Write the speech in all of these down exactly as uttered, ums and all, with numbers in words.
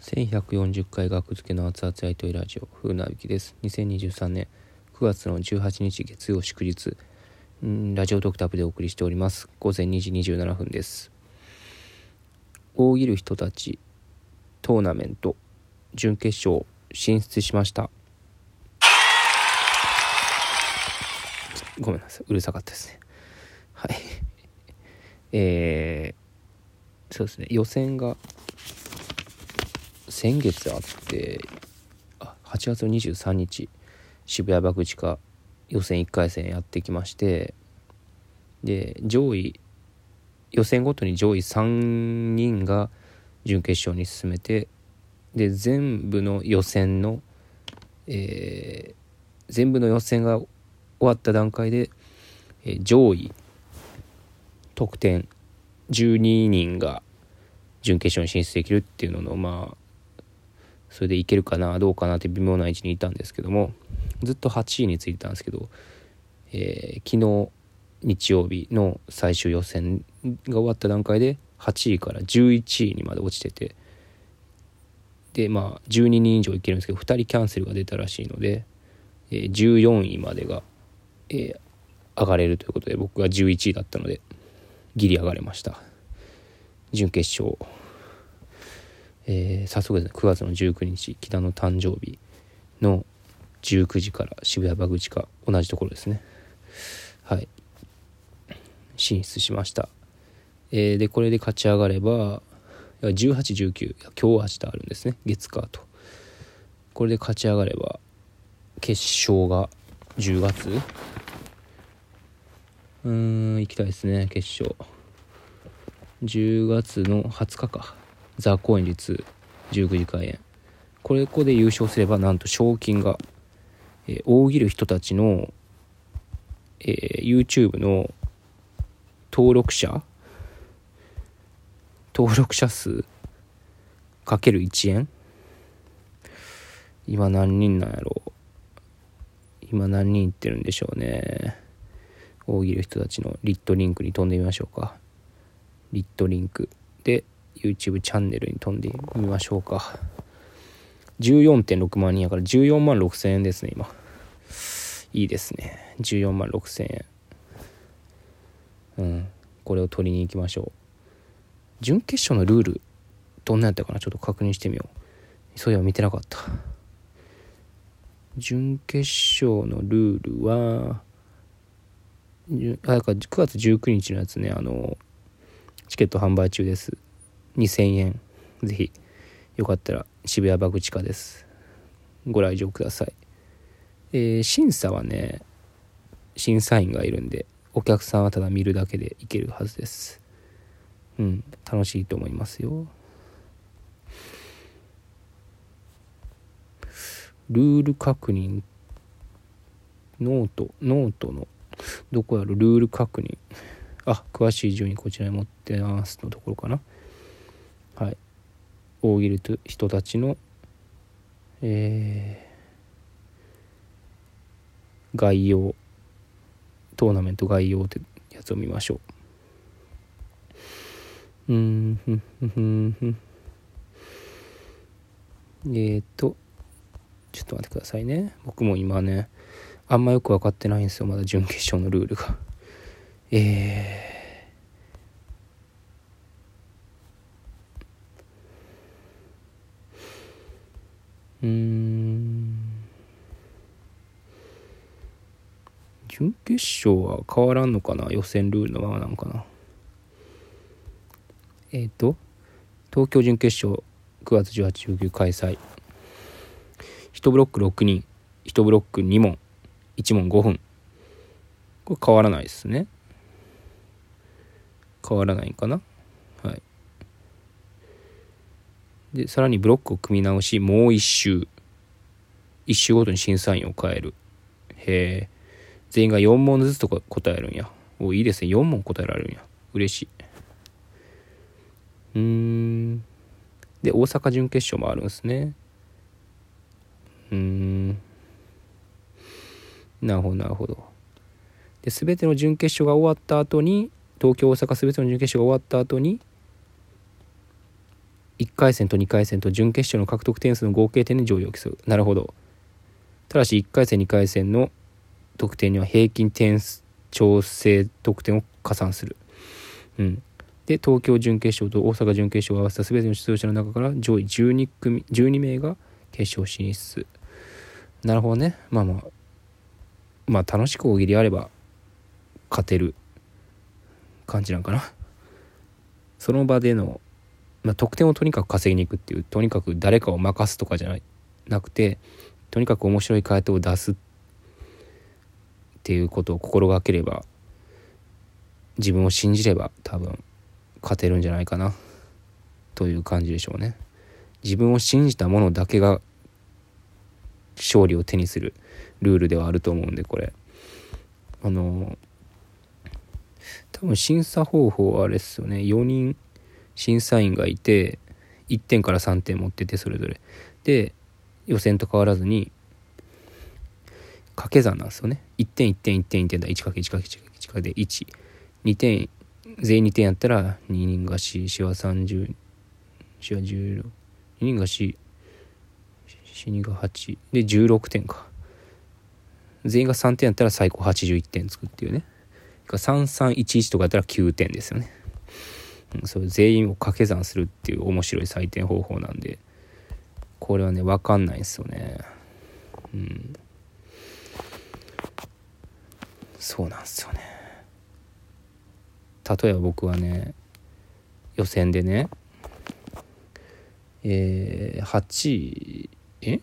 せんひゃくよんじゅっかい学付けの熱々やりとりラジオ風なびきです。にせんにじゅうさんねんくがつのじゅうはちにち月曜祝日、んラジオトークタブでお送りしております。午前にじにじゅうななふんです。大喜利人たちトーナメント準決勝進出しました。ごめんなさい、うるさかったですね。はいえー、そうですね、予選が先月あってあはちがつのにじゅうさんにち渋谷爆地下予選いっかいせんやってきまして、で上位予選ごとに上位さんにんが準決勝に進めて、で全部の予選の、えー、全部の予選が終わった段階で、えー、上位得点じゅうににんが準決勝に進出できるっていうののまあそれでいけるかなどうかなって微妙な位置にいたんですけども、ずっとはちいについてたんですけど、えー、昨日日曜日の最終予選が終わった段階ではちいからじゅういちいにまで落ちてて、でまあじゅうににん以上いけるんですけどふたりキャンセルが出たらしいので、えー、じゅうよんいまでが、えー、上がれるということで、僕がじゅういちいだったのでギリ上がれました。準決勝、えー、早速ですね、くがつのじゅうくにち北の誕生日のじゅうくじから渋谷爆地下同じところですね、はい進出しました。えー、でこれで勝ち上がればじゅうはち、じゅうきゅう今日明日あるんですね、月火と。これで勝ち上がれば決勝がじゅうがつうーん行きたいですね。決勝じゅうがつのはつかか、ザ・高円寺じゅうくじ開演。これこで優勝すればなんと賞金が、えー、大喜利人たちの、えー、YouTube の登録者登録者数かけるいちえん、今何人なんやろう今何人いってるんでしょうね。大喜利人たちのリットリンクに飛んでみましょうか。リットリンクで YouTube チャンネルに飛んでみましょうか。 じゅうよんてんろくまんにんやからじゅうよんまんろくせんえんですね。今いいですね、じゅうよんまんろくせんえん。うんこれを取りに行きましょう。準決勝のルールどんなやったかな、ちょっと確認してみよう。そういえば見てなかった。準決勝のルールはあくがつじゅうくにちのやつね、あのチケット販売中です。にせんえん、ぜひよかったら渋谷爆地下です、ご来場ください。えー、審査はね審査員がいるんで、お客さんはただ見るだけでいけるはずです。うん楽しいと思いますよ。ルール確認ノートノートのどこやろ、ルール確認、あ詳しい順にこちらに持ってますのところかな。はい大喜利と人たちの、えー、概要トーナメント概要ってやつを見ましょう。うーんふんふんふんふんえーっとちょっと待ってくださいね。僕も今ねあんまよく分かってないんですよ、まだ準決勝のルールが。えーうーん準決勝は変わらんのかな、予選ルールのままなんかな。えっと東京準決勝くがつじゅうはち、じゅうく開催。いちブロックろくにん、いちブロックにもん、いちもんごふん。これ変わらないですね。変わらないかな。はい。でさらにブロックを組み直し、もう一周一周ごとに審査員を変える。へえ、全員がよんもんずつとか答えるんや。おいいですね、よんもん答えられるんや、嬉しい。うーんで大阪準決勝もあるんですね。うーんなるほどなるほど。で全ての準決勝が終わった後に東京大阪全ての準決勝が終わった後にいっかい戦とにかい戦と準決勝の獲得点数の合計点で上位を競う。なるほど。ただしいっかい戦にかい戦の得点には平均点調整得点を加算する。うん。で東京準決勝と大阪準決勝を合わせた全ての出場者の中から上位じゅうに組じゅうに名が決勝進出。なるほどね。まあまあまあ楽しく大喜利あれば勝てる感じなんかな。その場での、まあ、得点をとにかく稼ぎに行くっていう、とにかく誰かを任すとかじゃないなくて、とにかく面白い回答を出すっていうことを心がければ、自分を信じれば多分勝てるんじゃないかなという感じでしょうね。自分を信じたものだけが勝利を手にするルールではあると思うんで、これあの多分審査方法はあれですよね。よにん審査員がいていってんからさんてん持ってて、それぞれで予選と変わらずに掛け算なんですよね。いってんいってんいってんいってんだ いちかけるいちかけるいちかけるいちかけるでいち、にてん全員にてんやったらににんがし、しはさんじゅう、しはじゅうろく、ににんがし、しにがはちでじゅうろくてんか。全員がさんてんやったら最高はちじゅういってんつくっていうね。さんさんいちいちとかやったらきゅうてんですよね。うん、それ全員を掛け算するっていう面白い採点方法なんで、これはね分かんないんですよね。うん、そうなんですよね。例えば僕はね、予選でね、えー、はちいえ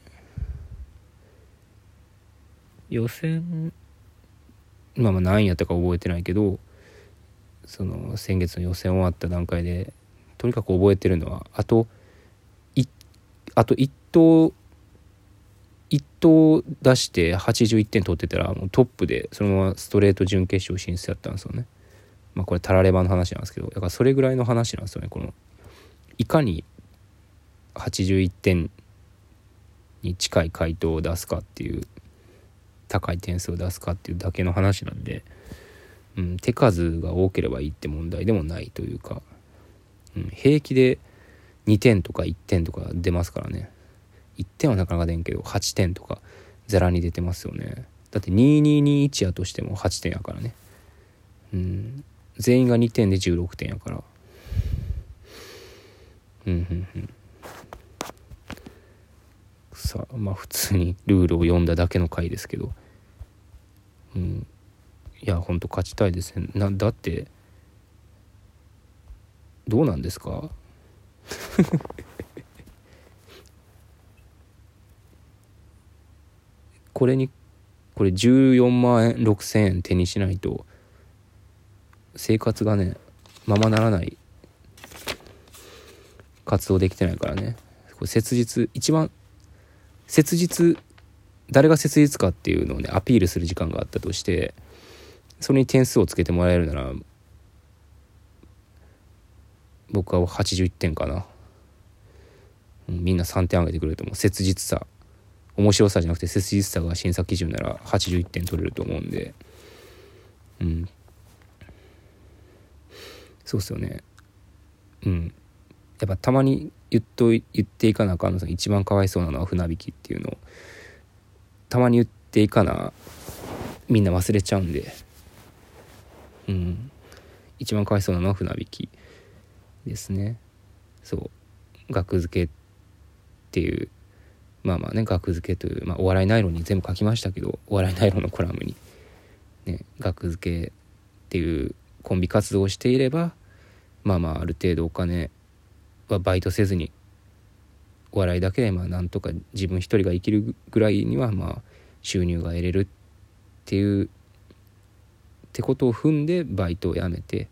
予選まあまあ何位やったか覚えてないけど、その先月の予選終わった段階でとにかく覚えてるのは、あといあと一投一投出してはちじゅういってん取ってたらもうトップでそのままストレート準決勝進出やったんですよね。まあこれタラレバの話なんですけど、だからそれぐらいの話なんですよね。このいかにはちじゅういってんに近い回答を出すかっていう、高い点数を出すかっていうだけの話なんで、うん、手数が多ければいいって問題でもないというか、うん、平気でにてんとかいってんとか出ますからね。いってんはなかなか出んけどはちてんとかざらに出てますよね。だってにににいちやとしてもはちてんやからね。うん、全員がにてんでじゅうろくてんやから、うんうんうんさあ、まあ普通にルールを読んだだけの回ですけど、うん、いやほんと勝ちたいですね。なだってどうなんですかこれにこれじゅうよんまんえんろくせんえん手にしないと生活がねままならない、活動できてないからね。これ切実、一番切実、誰が切実かっていうのをねアピールする時間があったとして、それに点数をつけてもらえるなら僕ははちじゅういってんかな。みんなさんてんあげてくれると思う。切実さ、面白さじゃなくて切実さが審査基準ならはちじゅういってん取れると思うんで、うん、そうっすよね。うん、やっぱたまに言っと言っていかなあかんのさ、一番かわいそうなのは船引きっていうのをたまに言っていかな、みんな忘れちゃうんで、うん、一番かわいそうなのは船引きですね。そう額付けっていう、まあまあね額付けという、まあ、お笑いナイロンに全部書きましたけど、お笑いナイロンのコラムにね額付けっていうコンビ活動をしていれば、まあまあある程度お金はバイトせずにお笑いだけでまあなんとか自分一人が生きるぐらいにはまあ収入が得れるっていうってことを踏んでバイトを辞めて、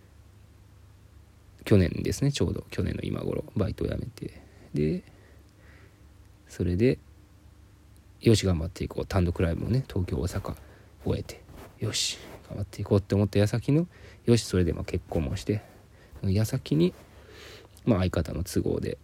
去年ですね、ちょうど去年の今頃バイトを辞めて、でそれでよし頑張っていこう、単独ライブもね東京大阪終えて、よし頑張っていこうって思った矢先の、よしそれでまあ結婚もして、矢先にまあ相方の都合で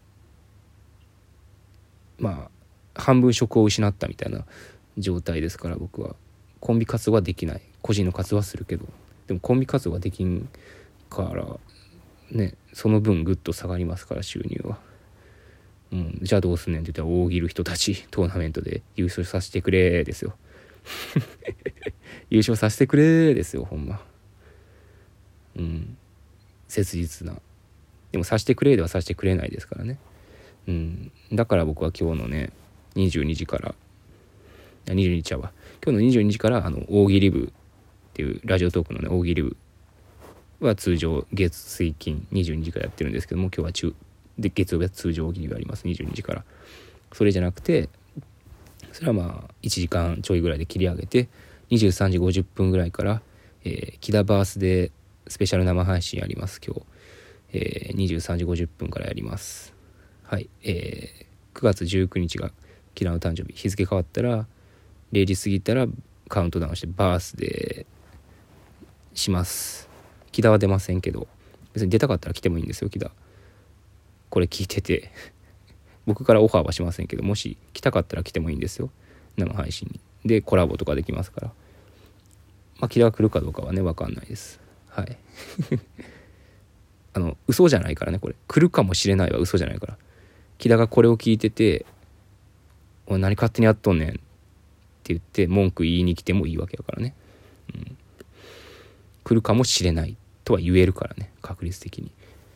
まあ半分職を失ったみたいな状態ですから、僕はコンビ活動はできない。個人の活動はするけど、でもコンビ活動はできんからねその分ぐっと下がりますから収入は。うん、じゃあどうすんねんって言ったら大喜利人たちトーナメントで優勝させてくれですよ優勝させてくれですよほんま。うん切実な。でもさせてくれではさせてくれないですからね。うんだから僕は今日のねにじゅうにじからにじゅうにちは今日のにじゅうにじからあの大喜利部っていうラジオトークのね大喜利部は通常月水金にじゅうにじからやってるんですけども、今日は中で月曜日は通常大喜利がありますにじゅうにじから。それじゃなくてそれはまあいちじかんちょいぐらいで切り上げてにじゅうさんじごじゅっぷんぐらいから、えー、キダバースでスペシャル生配信やります今日、えー、にじゅうさんじごじゅっぷんからやります。はい、えー、くがつじゅうくにちがキラの誕生日、日付変わったられいじ過ぎたらカウントダウンしてバースデーします。キダは出ませんけど別に出たかったら来てもいいんですよ。キダこれ聞いてて僕からオファーはしませんけど、もし来たかったら来てもいいんですよ生配信に。でコラボとかできますから、まあキダが来るかどうかはね分かんないです。はいあの嘘じゃないからね、これ来るかもしれないは嘘じゃないから。キダがこれを聞いててお前何勝手にやっとんねんって言って文句言いに来てもいいわけだからね、うん、来るかもしれないとは言えるからね確率的に。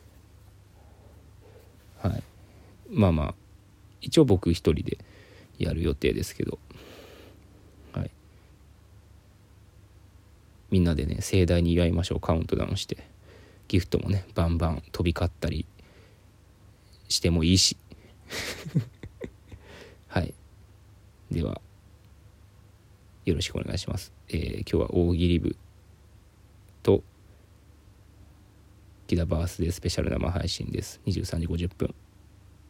はいまあまあ一応僕一人でやる予定ですけど、はいみんなでね盛大に祝いましょう。カウントダウンしてギフトもねバンバン飛び交ったりしてもいいしはいではよろしくお願いします。えー、今日は大喜利部とキダバースデースペシャル生配信です。にじゅうさんじごじゅっぷん